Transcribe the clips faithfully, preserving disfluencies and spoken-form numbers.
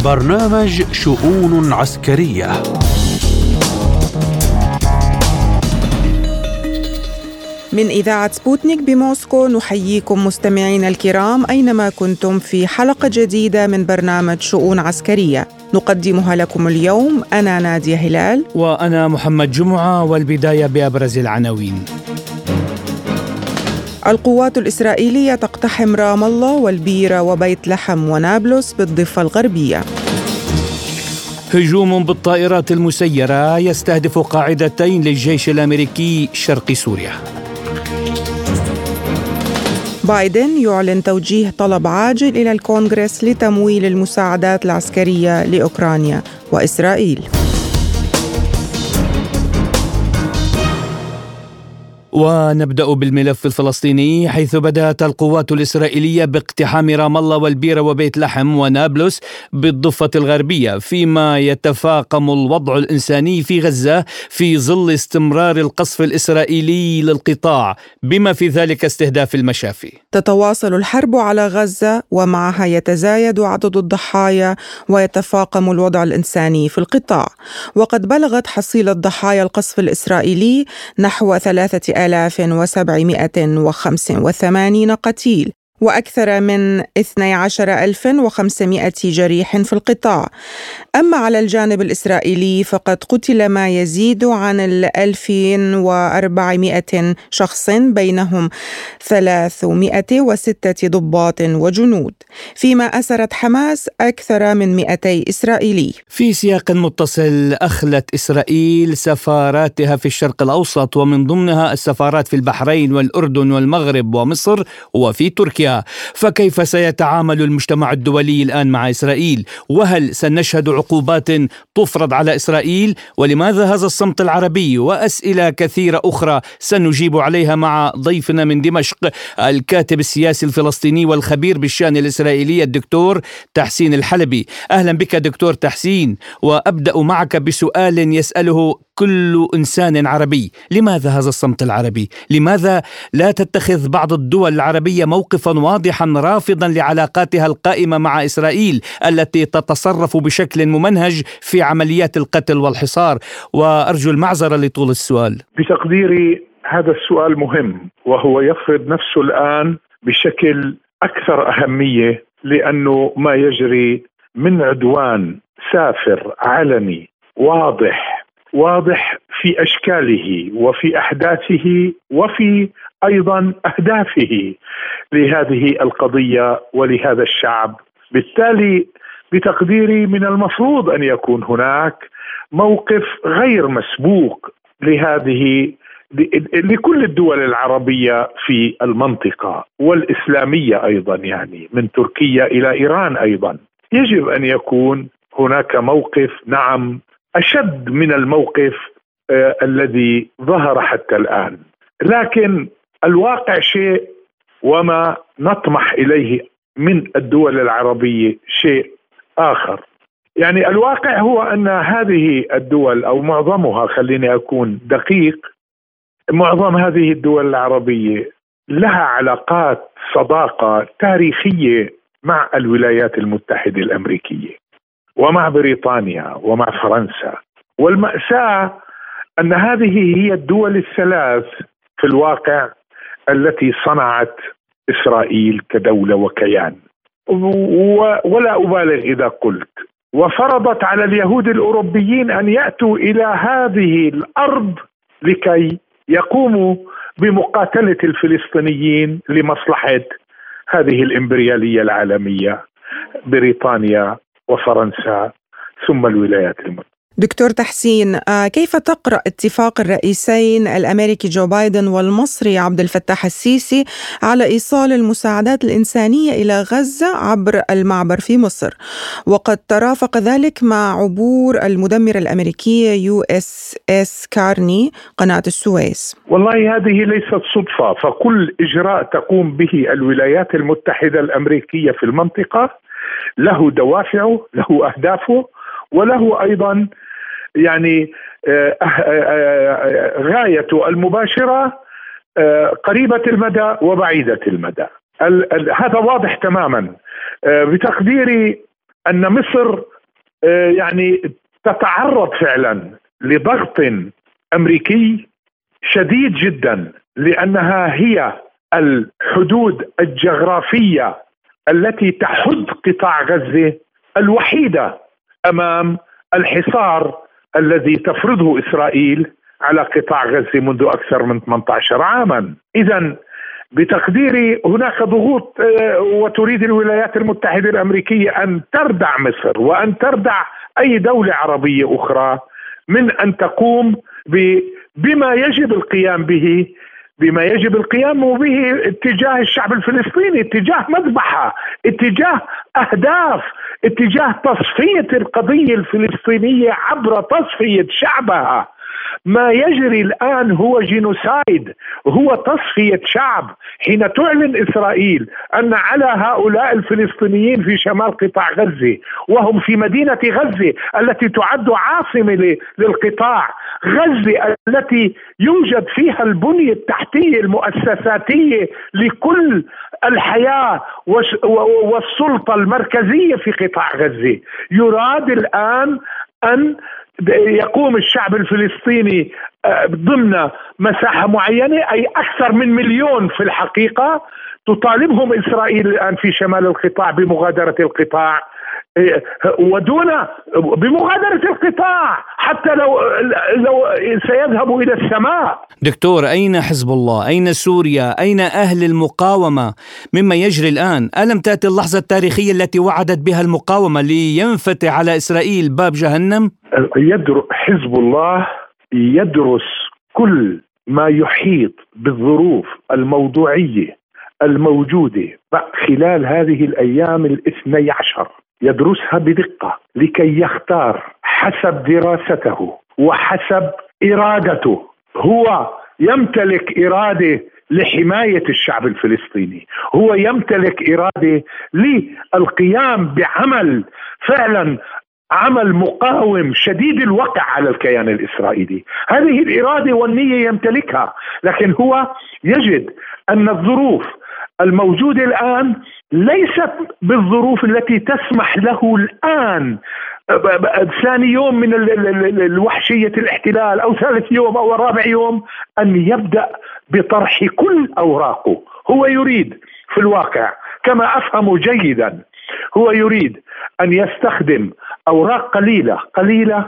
برنامج شؤون عسكرية. من إذاعة سبوتنيك بموسكو نحييكم مستمعينا الكرام أينما كنتم في حلقة جديدة من برنامج شؤون عسكرية نقدمها لكم اليوم. أنا نادية هلال وأنا محمد جمعة، والبداية بأبرز العناوين. القوات الإسرائيلية تقتحم رام الله والبيرة وبيت لحم ونابلس بالضفة الغربية. هجوم بالطائرات المسيرة يستهدف قاعدتين للجيش الأمريكي شرق سوريا. بايدن يعلن توجيه طلب عاجل إلى الكونغرس لتمويل المساعدات العسكرية لأوكرانيا وإسرائيل. ونبدأ بالملف الفلسطيني، حيث بدأت القوات الإسرائيلية باقتحام رام الله والبيرة وبيت لحم ونابلس بالضفة الغربية، فيما يتفاقم الوضع الإنساني في غزة في ظل استمرار القصف الإسرائيلي للقطاع، بما في ذلك استهداف المشافي. تتواصل الحرب على غزة ومعها يتزايد عدد الضحايا ويتفاقم الوضع الإنساني في القطاع، وقد بلغت حصيلة ضحايا القصف الإسرائيلي نحو ثلاثة آلاف وسبعمائة وخمسة وثمانين قتيل وأكثر من اثني عشر ألفا وخمسمائة جريح في القطاع. أما على الجانب الإسرائيلي فقد قتل ما يزيد عن الألف وأربعمائة شخص، بينهم ثلاثمائة وستة ضباط وجنود، فيما أسرت حماس أكثر من مئتي إسرائيلي. في سياق متصل، أخلت إسرائيل سفاراتها في الشرق الأوسط، ومن ضمنها السفارات في البحرين والأردن والمغرب ومصر وفي تركيا. فكيف سيتعامل المجتمع الدولي الآن مع إسرائيل؟ وهل سنشهد عقوبات تفرض على إسرائيل؟ ولماذا هذا الصمت العربي؟ وأسئلة كثيرة أخرى سنجيب عليها مع ضيفنا من دمشق، الكاتب السياسي الفلسطيني والخبير بالشأن الإسرائيلي الدكتور تحسين الحلبي. أهلا بك دكتور تحسين، وأبدأ معك بسؤال يسأله كل إنسان عربي: لماذا هذا الصمت العربي؟ لماذا لا تتخذ بعض الدول العربية موقفا واضحا رافضا لعلاقاتها القائمة مع إسرائيل التي تتصرف بشكل ممنهج في عمليات القتل والحصار؟ وأرجو المعذرة لطول السؤال. بتقديري هذا السؤال مهم، وهو يفرض نفسه الآن بشكل أكثر أهمية، لأنه ما يجري من عدوان سافر علني واضح واضح في أشكاله وفي أحداثه وفي أيضا أهدافه لهذه القضية ولهذا الشعب. بالتالي بتقديري من المفروض أن يكون هناك موقف غير مسبوق لهذه لكل الدول العربية في المنطقة والإسلامية أيضا، يعني من تركيا إلى إيران أيضا. يجب أن يكون هناك موقف نعم أشد من الموقف آه الذي ظهر حتى الآن، لكن الواقع شيء وما نطمح إليه من الدول العربية شيء آخر. يعني الواقع هو أن هذه الدول أو معظمها، خليني أكون دقيق، معظم هذه الدول العربية لها علاقات صداقة تاريخية مع الولايات المتحدة الأمريكية ومع بريطانيا ومع فرنسا. والمأساة أن هذه هي الدول الثلاث في الواقع التي صنعت إسرائيل كدولة وكيان، ولا أبالغ إذا قلت وفرضت على اليهود الأوروبيين أن يأتوا إلى هذه الأرض لكي يقوموا بمقاتلة الفلسطينيين لمصلحة هذه الإمبريالية العالمية، بريطانيا وفرنسا ثم الولايات المتحدة. دكتور تحسين، كيف تقرأ اتفاق الرئيسين الأمريكي جو بايدن والمصري عبد الفتاح السيسي على إيصال المساعدات الإنسانية إلى غزة عبر المعبر في مصر، وقد ترافق ذلك مع عبور المدمرة الأمريكية يو إس إس كارني قناة السويس؟ والله هذه ليست صدفة، فكل إجراء تقوم به الولايات المتحدة الأمريكية في المنطقة له دوافعه، له أهدافه، وله أيضا يعني غايته المباشرة قريبة المدى وبعيدة المدى. هذا واضح تماما. بتقديري أن مصر يعني تتعرض فعلا لضغط أمريكي شديد جدا، لأنها هي الحدود الجغرافية التي تحد قطاع غزة الوحيدة أمام الحصار الذي تفرضه إسرائيل على قطاع غزة منذ أكثر من ثمانية عشر عاما. إذن بتقديري هناك ضغوط، وتريد الولايات المتحدة الأمريكية أن تردع مصر وأن تردع أي دولة عربية أخرى من أن تقوم بما يجب القيام به بما يجب القيام به اتجاه الشعب الفلسطيني، اتجاه مذبحة، اتجاه أهداف، اتجاه تصفية القضية الفلسطينية عبر تصفية شعبها. ما يجري الآن هو جينوسايد، هو تصفية شعب. حين تعلن إسرائيل أن على هؤلاء الفلسطينيين في شمال قطاع غزة وهم في مدينة غزة التي تعد عاصمة للقطاع، غزة التي يوجد فيها البنية التحتية المؤسساتية لكل الحياة والسلطة المركزية في قطاع غزة، يراد الآن أن يقوم الشعب الفلسطيني ضمن مساحة معينة، أي أكثر من مليون في الحقيقة، تطالبهم إسرائيل الآن في شمال القطاع بمغادرة القطاع، ودون بمغادرة القطاع حتى لو لو سيذهبوا إلى السماء. دكتور، أين حزب الله؟ أين سوريا؟ أين أهل المقاومة مما يجري الآن؟ ألم تأتي اللحظة التاريخية التي وعدت بها المقاومة لينفتح على إسرائيل باب جهنم؟ يدرس حزب الله يدرس كل ما يحيط بالظروف الموضوعية الموجودة خلال هذه الأيام الاثني عشر، يدرسها بدقة لكي يختار حسب دراسته وحسب إرادته. هو يمتلك إرادة لحماية الشعب الفلسطيني، هو يمتلك إرادة للقيام بعمل فعلا عمل مقاوم شديد الوقع على الكيان الإسرائيلي. هذه الإرادة والنية يمتلكها، لكن هو يجد أن الظروف الموجودة الآن ليست بالظروف التي تسمح له الآن ثاني يوم من الوحشية الاحتلال أو ثالث يوم أو رابع يوم أن يبدأ بطرح كل أوراقه. هو يريد في الواقع كما أفهم جيدا، هو يريد أن يستخدم أوراق قليلة قليلة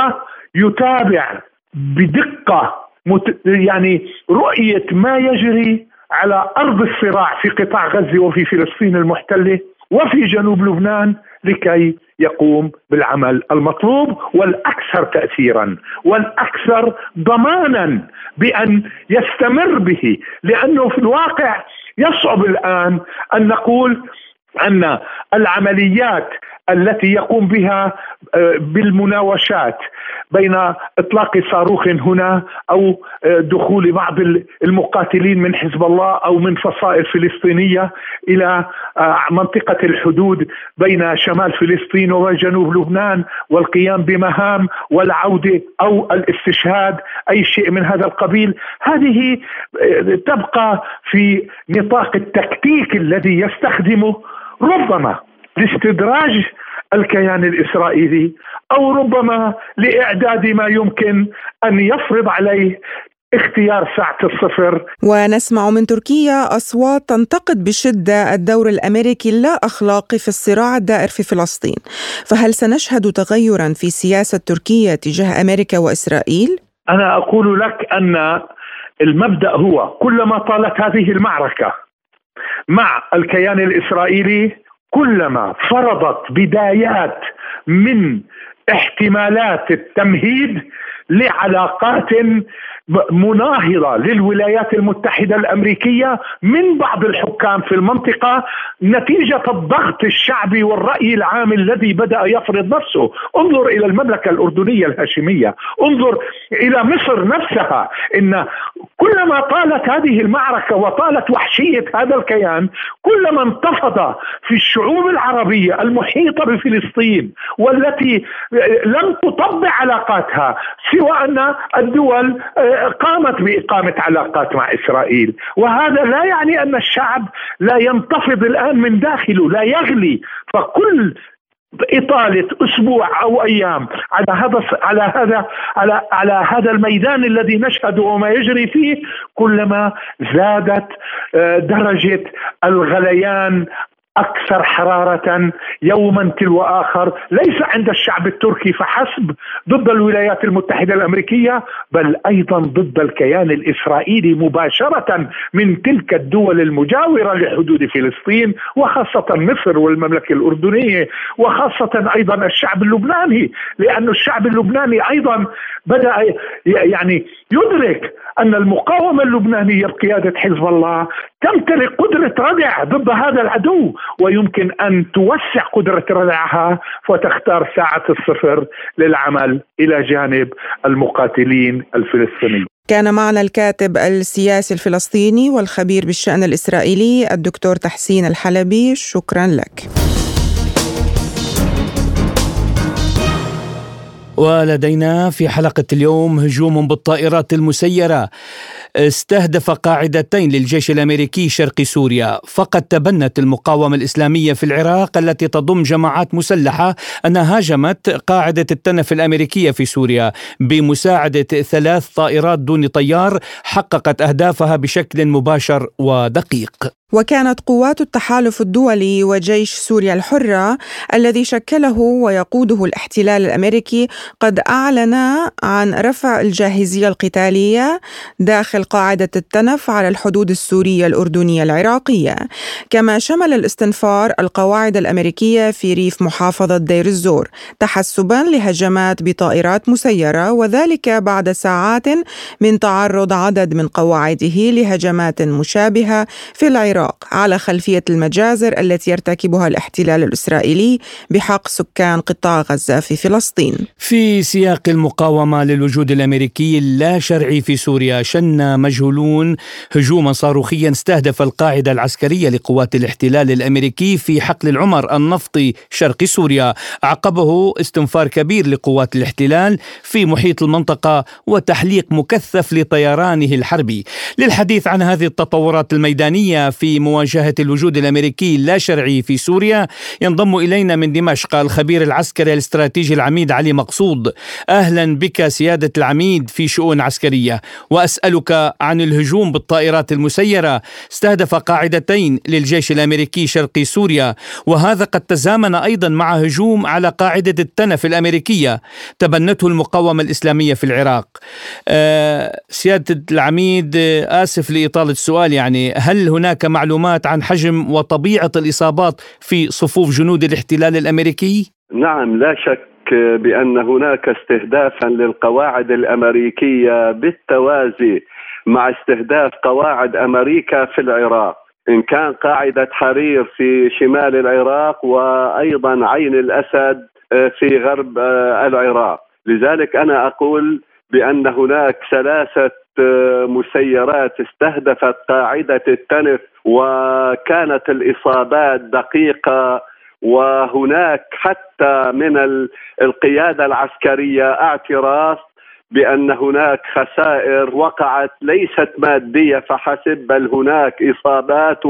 ويتابع بدقة يعني رؤية ما يجري على أرض الصراع في قطاع غزة وفي فلسطين المحتلة وفي جنوب لبنان، لكي يقوم بالعمل المطلوب والأكثر تأثيرا والأكثر ضمانا بأن يستمر به. لأنه في الواقع يصعب الآن أن نقول أن العمليات التي يقوم بها بالمناوشات بين إطلاق صاروخ هنا أو دخول بعض المقاتلين من حزب الله أو من فصائل فلسطينية إلى منطقة الحدود بين شمال فلسطين وجنوب لبنان والقيام بمهام والعودة أو الاستشهاد، أي شيء من هذا القبيل، هذه تبقى في نطاق التكتيك الذي يستخدمه ربما لاستدراج الكيان الإسرائيلي أو ربما لإعداد ما يمكن أن يفرض عليه اختيار ساعة الصفر. ونسمع من تركيا أصوات تنتقد بشدة الدور الأمريكي اللا أخلاقي في الصراع الدائر في فلسطين، فهل سنشهد تغيرا في سياسة تركيا تجاه أمريكا وإسرائيل؟ أنا أقول لك أن المبدأ هو كلما طالت هذه المعركة مع الكيان الإسرائيلي كلما فرضت بدايات من احتمالات التمهيد لعلاقات مناهضة للولايات المتحدة الأمريكية من بعض الحكام في المنطقة نتيجة الضغط الشعبي والرأي العام الذي بدأ يفرض نفسه. انظر إلى المملكة الأردنية الهاشمية، انظر إلى مصر نفسها، إن كلما طالت هذه المعركة وطالت وحشية هذا الكيان كلما انتفض في الشعوب العربية المحيطة بفلسطين والتي لم تطبع علاقاتها سوى أن الدول قامت بإقامة علاقات مع إسرائيل. وهذا لا يعني أن الشعب لا ينتفض الآن من داخله، لا يغلي، فكل إطالة أسبوع أو أيام على هذا على هذا على على هذا الميدان الذي نشهده وما يجري فيه، كلما زادت درجة الغليان أكثر حرارة يوما تلو آخر، ليس عند الشعب التركي فحسب ضد الولايات المتحدة الأمريكية، بل أيضا ضد الكيان الإسرائيلي مباشرة من تلك الدول المجاورة لحدود فلسطين، وخاصة مصر والمملكة الأردنية، وخاصة أيضا الشعب اللبناني، لأن الشعب اللبناني أيضا بدأ يعني يدرك أن المقاومة اللبنانية بقيادة حزب الله تمتلك قدرة ردع ضد هذا العدو، ويمكن أن توسع قدرة ردعها وتختار ساعة الصفر للعمل إلى جانب المقاتلين الفلسطينيين. كان معنا الكاتب السياسي الفلسطيني والخبير بالشأن الإسرائيلي الدكتور تحسين الحلبي، شكرا لك. ولدينا في حلقة اليوم هجوم بالطائرات المسيرة استهدف قاعدتين للجيش الأمريكي شرق سوريا. فقد تبنت المقاومة الإسلامية في العراق التي تضم جماعات مسلحة أنها هاجمت قاعدة التنف الأمريكية في سوريا بمساعدة ثلاث طائرات دون طيار حققت أهدافها بشكل مباشر ودقيق. وكانت قوات التحالف الدولي وجيش سوريا الحرة الذي شكله ويقوده الاحتلال الأمريكي قد أعلن عن رفع الجاهزية القتالية داخل قاعدة التنف على الحدود السورية الأردنية العراقية. كما شمل الاستنفار القواعد الأمريكية في ريف محافظة دير الزور تحسبا لهجمات بطائرات مسيرة، وذلك بعد ساعات من تعرض عدد من قواعده لهجمات مشابهة في العراق على خلفية المجازر التي يرتكبها الاحتلال الإسرائيلي بحق سكان قطاع غزة في فلسطين. في سياق المقاومة للوجود الأمريكي اللا شرعي في سوريا، شن مجهولون هجوما صاروخيا استهدف القاعدة العسكرية لقوات الاحتلال الأمريكي في حقل العمر النفطي شرق سوريا، عقبه استنفار كبير لقوات الاحتلال في محيط المنطقة وتحليق مكثف لطيرانه الحربي. للحديث عن هذه التطورات الميدانية في مواجهة الوجود الأمريكي اللا شرعي في سوريا ينضم إلينا من دمشق الخبير العسكري الاستراتيجي العميد علي مقصود. أهلا بك سيادة العميد في شؤون عسكرية، وأسألك عن الهجوم بالطائرات المسيرة استهدف قاعدتين للجيش الأمريكي شرق سوريا، وهذا قد تزامن أيضا مع هجوم على قاعدة التنف الأمريكية تبنته المقاومة الإسلامية في العراق. أه سيادة العميد، آسف لإطالة السؤال، يعني هل هناك معلومات عن حجم وطبيعة الإصابات في صفوف جنود الاحتلال الأمريكي؟ نعم، لا شك بأن هناك استهدافا للقواعد الأمريكية بالتوازي مع استهداف قواعد أمريكا في العراق، إن كان قاعدة حرير في شمال العراق وأيضا عين الأسد في غرب العراق. لذلك أنا أقول بأن هناك ثلاثة مسيرات استهدفت قاعدة التنف وكانت الإصابات دقيقة، وهناك حتى من القيادة العسكرية اعتراف بأن هناك خسائر وقعت ليست مادية فحسب، بل هناك إصابات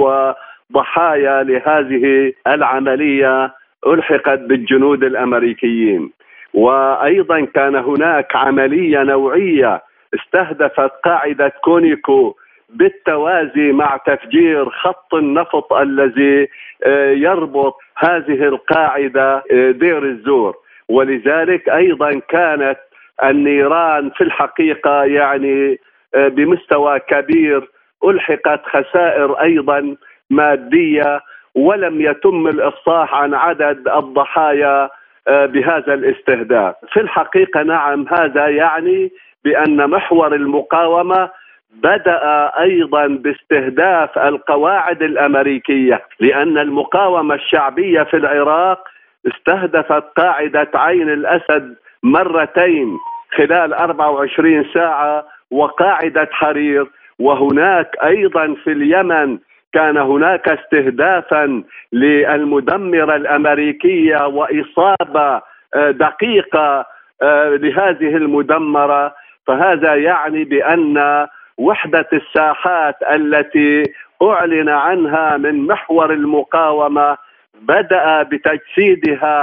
وضحايا لهذه العملية ألحقت بالجنود الأمريكيين. وأيضا كان هناك عملية نوعية استهدفت قاعدة كونيكو بالتوازي مع تفجير خط النفط الذي يربط هذه القاعدة دير الزور. ولذلك أيضا كانت النيران في الحقيقة يعني بمستوى كبير، ألحقت خسائر أيضا مادية، ولم يتم الإفصاح عن عدد الضحايا بهذا الاستهداف. في الحقيقة نعم، هذا يعني بأن محور المقاومة بدأ أيضا باستهداف القواعد الأمريكية، لأن المقاومة الشعبية في العراق استهدفت قاعدة عين الأسد مرتين خلال أربعة وعشرين ساعة وقاعدة حرير. وهناك أيضا في اليمن كان هناك استهدافا للمدمرة الأمريكية وإصابة دقيقة لهذه المدمرة. فهذا يعني بأن وحدة الساحات التي أعلن عنها من محور المقاومة بدأ بتجسيدها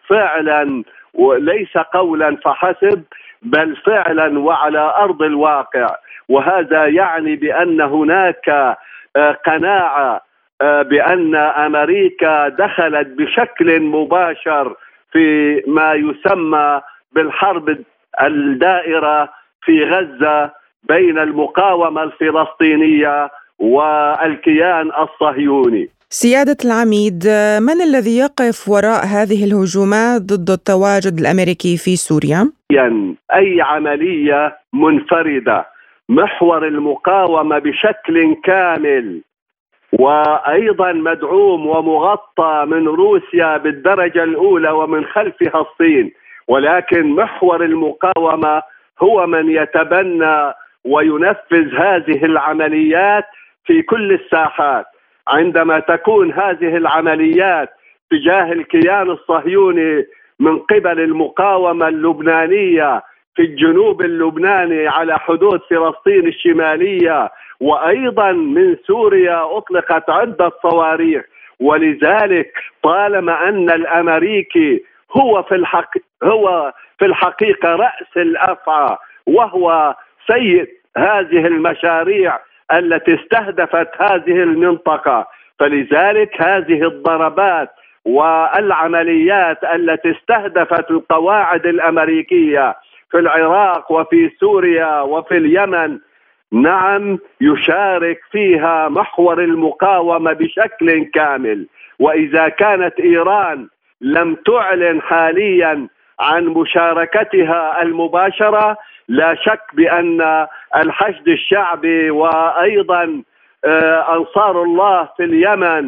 فعلا وليس قولا فحسب، بل فعلا وعلى أرض الواقع. وهذا يعني بأن هناك قناعة بأن أمريكا دخلت بشكل مباشر في ما يسمى بالحرب الدائرة في غزة بين المقاومة الفلسطينية والكيان الصهيوني. سيادة العميد، من الذي يقف وراء هذه الهجومات ضد التواجد الأمريكي في سوريا؟ أي عملية منفردة، محور المقاومة بشكل كامل وأيضا مدعوم ومغطى من روسيا بالدرجة الأولى ومن خلفها الصين، ولكن محور المقاومة هو من يتبنى وينفذ هذه العمليات في كل الساحات. عندما تكون هذه العمليات تجاه الكيان الصهيوني من قبل المقاومة اللبنانية في الجنوب اللبناني على حدود فلسطين الشمالية، وأيضا من سوريا أطلقت عدة صواريخ. ولذلك طالما أن الأمريكي هو في الحق هو في الحقيقة رأس الأفعى وهو سيد هذه المشاريع التي استهدفت هذه المنطقة، فلذلك هذه الضربات والعمليات التي استهدفت القواعد الأمريكية في العراق وفي سوريا وفي اليمن نعم يشارك فيها محور المقاومة بشكل كامل. وإذا كانت إيران لم تعلن حاليا عن مشاركتها المباشرة، لا شك بأن الحشد الشعبي وأيضا أنصار الله في اليمن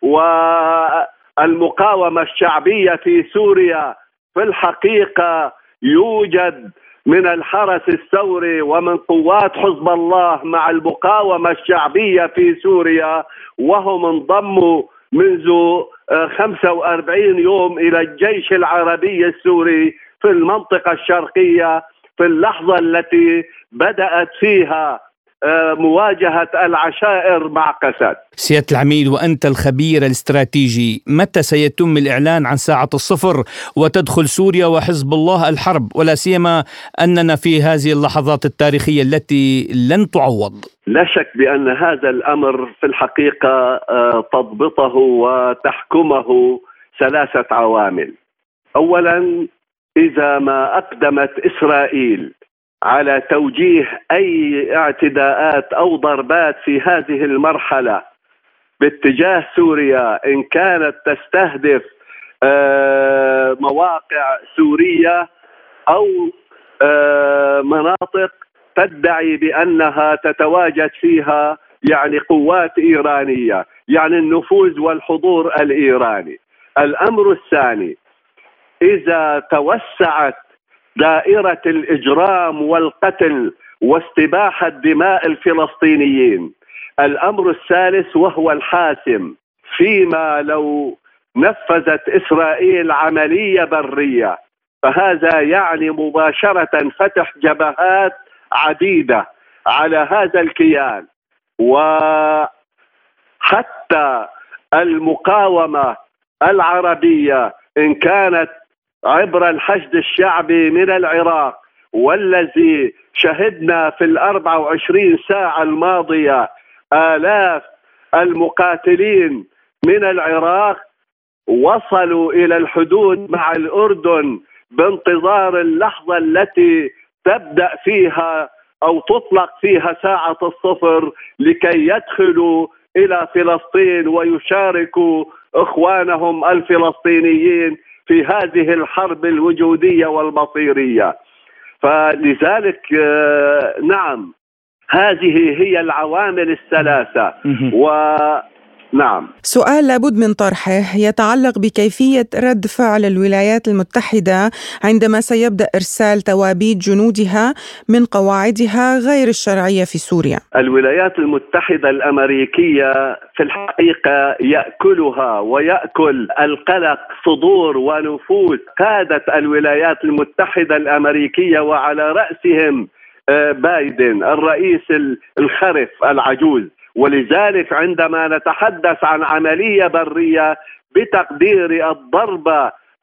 والمقاومة الشعبية في سوريا في الحقيقة يوجد من الحرس الثوري ومن قوات حزب الله مع المقاومة الشعبية في سوريا، وهم انضموا منذ خمسة وأربعين يوم إلى الجيش العربي السوري في المنطقة الشرقية في اللحظة التي بدأت فيها مواجهة العشائر مع قسد. سيادة العميد، وأنت الخبير الاستراتيجي، متى سيتم الإعلان عن ساعة الصفر وتدخل سوريا وحزب الله الحرب، ولا سيما أننا في هذه اللحظات التاريخية التي لن تعوض؟ لا شك بأن هذا الأمر في الحقيقة تضبطه وتحكمه ثلاثة عوامل. أولا، إذا ما أقدمت إسرائيل على توجيه أي اعتداءات أو ضربات في هذه المرحلة باتجاه سوريا، إن كانت تستهدف مواقع سورية أو مناطق تدعي بأنها تتواجد فيها يعني قوات إيرانية، يعني النفوذ والحضور الإيراني. الأمر الثاني، إذا توسعت دائرة الإجرام والقتل واستباحة دماء الفلسطينيين. الأمر الثالث وهو الحاسم، فيما لو نفذت إسرائيل عملية برية، فهذا يعني مباشرة فتح جبهات عديدة على هذا الكيان، وحتى المقاومة العربية إن كانت عبر الحشد الشعبي من العراق، والذي شهدنا في الأربع وعشرين ساعة الماضية آلاف المقاتلين من العراق وصلوا إلى الحدود مع الأردن بانتظار اللحظة التي تبدأ فيها أو تطلق فيها ساعة الصفر لكي يدخلوا إلى فلسطين ويشاركوا إخوانهم الفلسطينيين في هذه الحرب الوجودية والمصيرية. فلذلك نعم هذه هي العوامل الثلاثة. ونعم سؤال لابد من طرحه يتعلق بكيفية رد فعل الولايات المتحدة عندما سيبدأ إرسال توابيت جنودها من قواعدها غير الشرعية في سوريا. الولايات المتحدة الأمريكية في الحقيقة يأكلها ويأكل القلق صدور ونفوذ قادة الولايات المتحدة الأمريكية، وعلى رأسهم بايدن الرئيس الخرف العجوز. ولذلك عندما نتحدث عن عملية برية بتقدير الضربة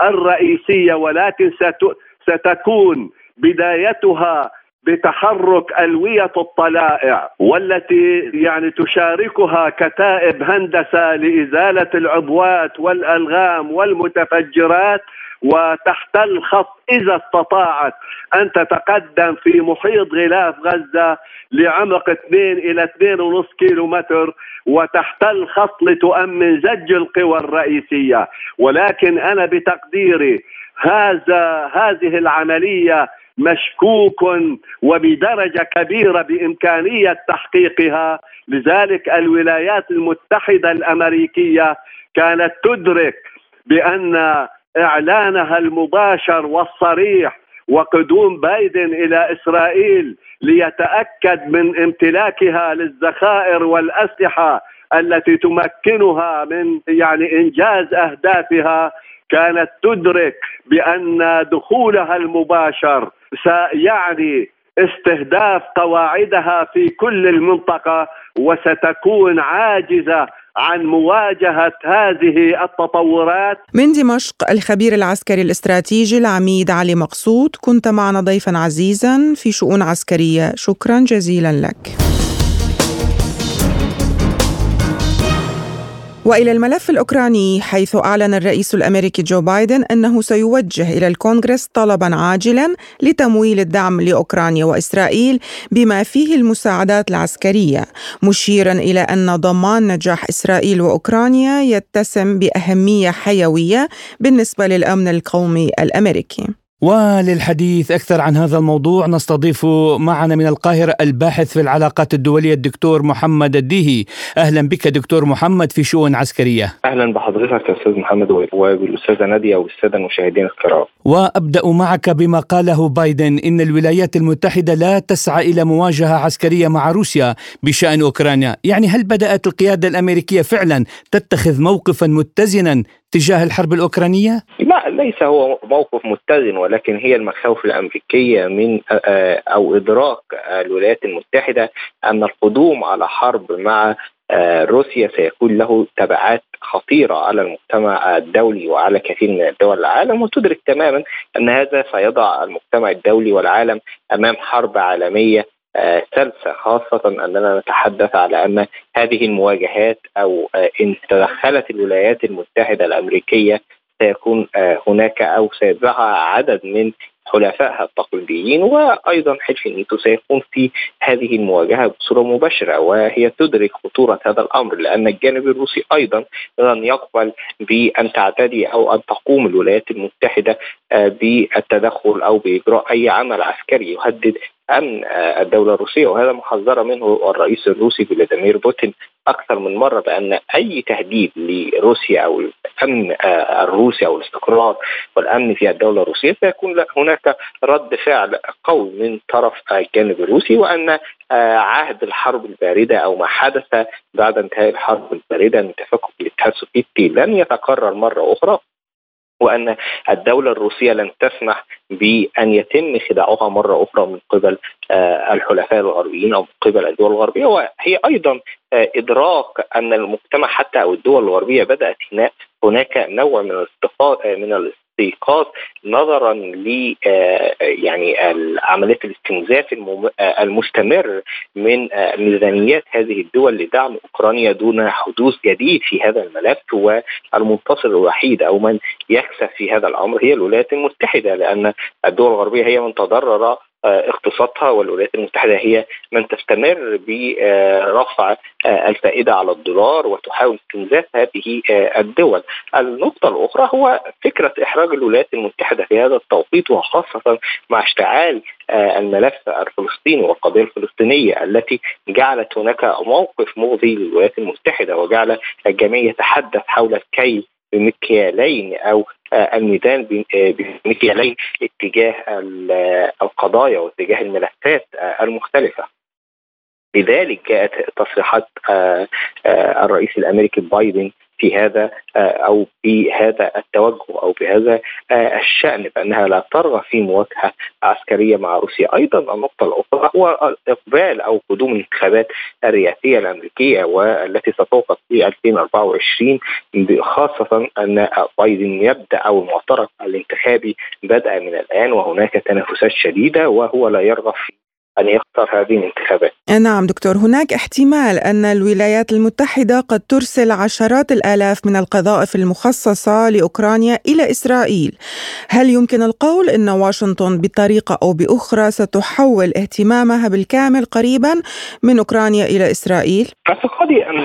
الرئيسية، ولكن ستكون بدايتها بتحرك ألوية الطلائع والتي يعني تشاركها كتائب هندسة لإزالة العبوات والألغام والمتفجرات، وتحتل خط إذا استطاعت أن تتقدم في محيط غلاف غزة لعمق اثنين إلى اثنين ونصف كيلو متر، وتحتل خط لتؤمن زج القوى الرئيسية. ولكن أنا بتقديري هذا هذه العملية مشكوك وبدرجة كبيرة بإمكانية تحقيقها. لذلك الولايات المتحدة الأمريكية كانت تدرك بأن إعلانها المباشر والصريح وقدوم بايدن إلى إسرائيل ليتأكد من امتلاكها للذخائر والأسلحة التي تمكنها من يعني إنجاز أهدافها، كانت تدرك بأن دخولها المباشر سيعني استهداف قواعدها في كل المنطقة، وستكون عاجزة عن مواجهة هذه التطورات. من دمشق الخبير العسكري الاستراتيجي العميد علي مقصود، كنت معنا ضيفا عزيزا في شؤون عسكرية، شكرا جزيلا لك. وإلى الملف الأوكراني، حيث أعلن الرئيس الأمريكي جو بايدن أنه سيوجه إلى الكونغرس طلبا عاجلا لتمويل الدعم لأوكرانيا وإسرائيل بما فيه المساعدات العسكرية، مشيرا إلى أن ضمان نجاح إسرائيل وأوكرانيا يتسم بأهمية حيوية بالنسبة للأمن القومي الأمريكي. وللحديث أكثر عن هذا الموضوع نستضيف معنا من القاهرة الباحث في العلاقات الدولية الدكتور محمد الديهي. أهلا بك دكتور محمد في شؤون عسكرية. أهلا بحضرتك يا أستاذ محمد وبالأستاذة نادية والسادة المشاهدين الكرام. وأبدأ معك بما قاله بايدن إن الولايات المتحدة لا تسعى إلى مواجهة عسكرية مع روسيا بشأن أوكرانيا، يعني هل بدأت القيادة الأمريكية فعلا تتخذ موقفا متزنا تجاه الحرب الأوكرانية؟ لا، ليس هو موقف متزن، ولكن هي المخاوف الأمريكية من أو إدراك الولايات المتحدة أن القدوم على حرب مع روسيا سيكون له تبعات خطيرة على المجتمع الدولي وعلى كثير من دول العالم، وتدرك تماما أن هذا سيضع المجتمع الدولي والعالم أمام حرب عالمية ثالثة، خاصة أننا نتحدث على أن هذه المواجهات أو إن تدخلت الولايات المتحدة الأمريكية سيكون هناك أو سيتبعها عدد من حلفائها التقليديين، وأيضا حلف الناتو سيكون في هذه المواجهة بصورة مباشرة، وهي تدرك خطورة هذا الأمر، لأن الجانب الروسي أيضا لن يقبل بأن تعتدي أو أن تقوم الولايات المتحدة بالتدخل أو بإجراء أي عمل عسكري يهدد أمن الدولة الروسية، وهذا محذر منه الرئيس الروسي فلاديمير بوتين أكثر من مرة، بأن أي تهديد لروسيا أو الأمن الروسي أو الاستقرار والأمن في الدولة الروسية سيكون هناك رد فعل قوي من طرف الجانب الروسي، وأن عهد الحرب الباردة أو ما حدث بعد انتهاء الحرب الباردة من تفكك الاتحاد السوفيتي لن يتكرر مرة أخرى، وأن الدولة الروسية لن تسمح بأن يتم خداعها مرة أخرى من قبل الحلفاء الغربيين أو من قبل الدول الغربية. وهي أيضا إدراك أن المجتمع حتى أو الدول الغربية بدأت هناك نوع من الاستيقاظ من الاستيقاظ نظرا ل يعني عملية الاستنزاف المستمر من ميزانيات هذه الدول لدعم أوكرانيا دون حدوث جديد في هذا الملف، والمنتصر الوحيد أو من يكسب في هذا الأمر هي الولايات المتحدة، لأن الدول الغربية هي من تضرر اقتصادها، والولايات المتحدة هي من تستمر برفع الفائدة على الدولار وتحاول استنزاف هذه الدول. النقطة الأخرى هو فكرة إحراج الولايات المتحدة في هذا التوقيت، وخاصة مع اشتعال الملف الفلسطيني والقضية الفلسطينية التي جعلت هناك موقف مغزي للولايات المتحدة وجعل الجميع يتحدث حول الكي بمكيالين أو الميزان بمكيالين اتجاه القضايا واتجاه الملفات المختلفة. لذلك جاءت تصريحات الرئيس الأمريكي بايدن في هذا أو بهذا التوجه أو بهذا الشأن، بأنها لا ترغب في مواجهة عسكرية مع روسيا. أيضا النقطة الأخرى هو إقبال أو قدوم الانتخابات الرئاسية الأمريكية والتي ستوقف في ألفين وأربعة وعشرين، خاصة أن بايدن يبدأ أو المعترك الانتخابي بدأ من الآن وهناك تنافسات شديدة وهو لا يرغب في أن يختار هذه الانتخابات. نعم دكتور، هناك احتمال أن الولايات المتحدة قد ترسل عشرات الآلاف من القذائف المخصصة لأوكرانيا إلى إسرائيل. هل يمكن القول أن واشنطن بطريقة أو بأخرى ستحول اهتمامها بالكامل قريبا من أوكرانيا إلى إسرائيل؟ اعتقادي أن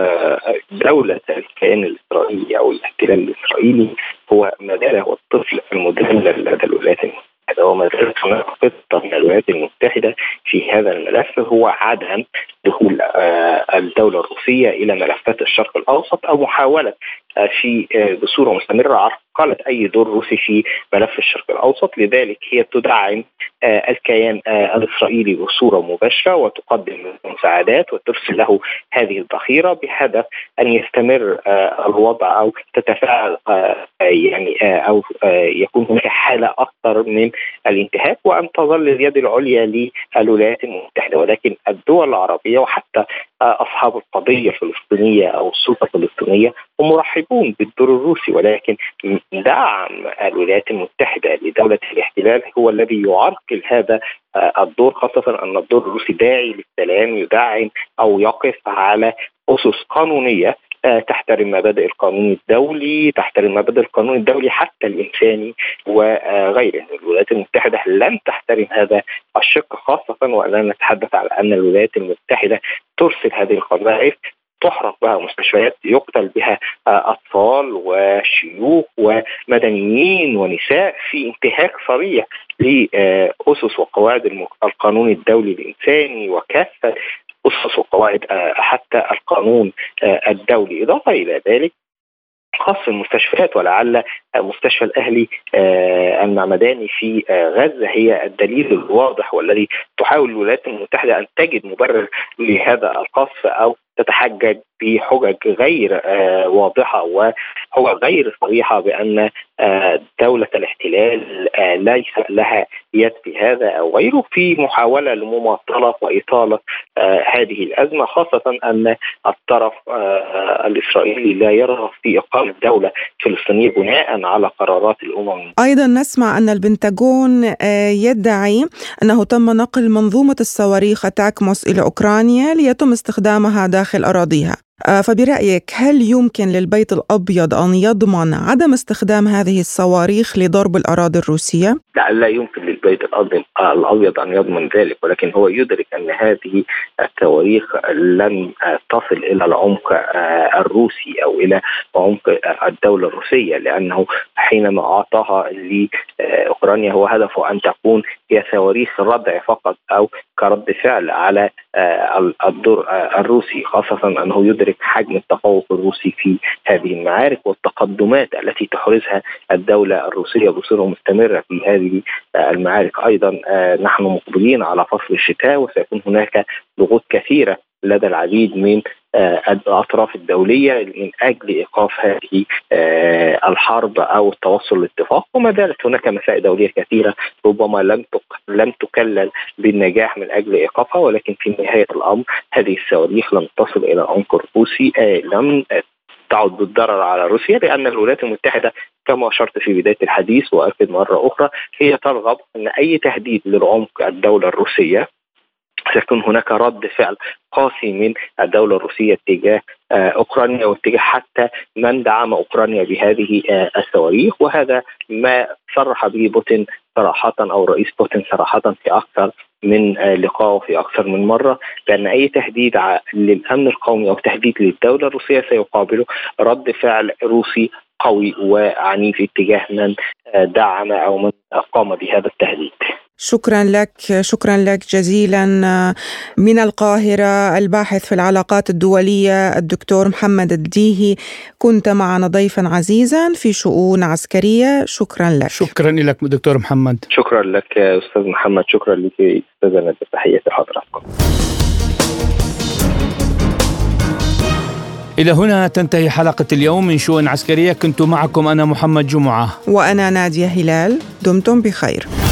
دولة الكيان الإسرائيلي أو الاحتلال الإسرائيلي هو مداله والطفل المدلل لدى الولايات المتحدة، وما زالت هناك خطة من الولايات المتحدة في هذا الملف هو عدم دخول الدولة الروسية إلى ملفات الشرق الأوسط أو محاولة في بصورة مستمرة عرقلة أي دور روسي في ملف الشرق الأوسط. لذلك هي تدعم الكيان الإسرائيلي بصورة مباشرة وتقدم مساعدات وترسل له هذه الذخيرة بهدف أن يستمر الوضع أو تتفاعل يعني أو يكون هناك حالة أكثر من الانتهاك وأن تظل اليد العليا للولايات المتحدة. ولكن الدول العربية وحتى أصحاب القضية الفلسطينية أو السلطة الفلسطينية هم مرحبون بالدور الروسي، ولكن دعم الولايات المتحدة لدولة الاحتلال هو الذي يعرقل هذا الدور، خاصة أن الدور الروسي داعي للسلام، يدعم أو يقف على أسس قانونية تحترم مبادئ القانون الدولي، تحترم مبادئ القانون الدولي حتى الإنساني وغيره. الولايات المتحدة لن تحترم هذا الشق، خاصة وأننا نتحدث على أن الولايات المتحدة ترسل هذه القذائف تحرق بها مستشفيات، يقتل بها أطفال وشيوخ ومدنيين ونساء في انتهاك صريح لأسس وقواعد القانون الدولي الإنساني وكافة أسس وقواعد حتى القانون الدولي. إضافة إلى ذلك خاص المستشفيات، ولعل مستشفى الأهلي المعمداني في غزة هي الدليل الواضح والذي تحاول الولايات المتحدة أن تجد مبرر لهذا القصف أو تتحجج بحجج غير واضحة وحجج غير صريحة بأن دولة الاحتلال ليس لها يد في هذا أو غيره، في محاولة لمماطلة وإطالة هذه الأزمة، خاصة أن الطرف الإسرائيلي لا يرغب في إقامة دولة فلسطينية بناء على قرارات الأمم. أيضا نسمع أن البنتاغون يدعي أنه تم نقل منظومة الصواريخ أتاكموس إلى أوكرانيا ليتم استخدامها داخل أراضيها. فبرأيك هل يمكن للبيت الأبيض أن يضمن عدم استخدام هذه الصواريخ لضرب الأراضي الروسية؟ لا, لا يمكن للبيت الأبيض أن يضمن ذلك، ولكن هو يدرك أن هذه الصواريخ لن تصل إلى العمق الروسي أو إلى عمق الدولة الروسية، لأنه حينما أعطاها لأوكرانيا هو هدفه أن تكون هي صواريخ ردع فقط أو كرد فعل على الدور الروسي، خاصة أنه يدرك حجم التفوق الروسي في هذه المعارك والتقدمات التي تحرزها الدولة الروسية بصورة مستمرة في هذه المعارك. أيضا نحن مقبلين على فصل الشتاء وسيكون هناك ضغوط كثيرة لدى العديد من الأطراف الدولية من أجل إيقاف هذه الحرب أو التوصل لاتفاق، وما زالت هناك مسائل دولية كثيرة ربما لم لم تكلل بالنجاح من أجل إيقافها، ولكن في نهاية الأمر هذه الصواريخ لم تصل إلى العمق الروسي، لم تعد بالضرر على روسيا، لأن الولايات المتحدة كما أشرت في بداية الحديث وأكد مرة أخرى هي ترغب أن أي تهديد للعمق الدولة الروسية سيكون هناك رد فعل قاسي من الدولة الروسية تجاه أوكرانيا واتجاه حتى من دعم أوكرانيا بهذه الصواريخ، وهذا ما صرح به بوتين صراحة أو رئيس بوتين صراحة في أكثر من لقاء في أكثر من مرة، بأن أي تهديد للأمن القومي أو تهديد للدولة الروسية سيقابله رد فعل روسي قوي وعنيف اتجاه من دعم أو من قام بهذا التهديد. شكرا لك شكرا لك جزيلا. من القاهرة الباحث في العلاقات الدولية الدكتور محمد الديهي، كنت معنا ضيفا عزيزا في شؤون عسكرية. شكرا لك. شكرا لك دكتور محمد. شكرا لك أستاذ محمد. شكرا لك أستاذ نادر. تحياتي لحضراتكم. إلى هنا تنتهي حلقة اليوم من شؤون عسكرية. كنت معكم أنا محمد جمعة وأنا نادية هلال. دمتم بخير.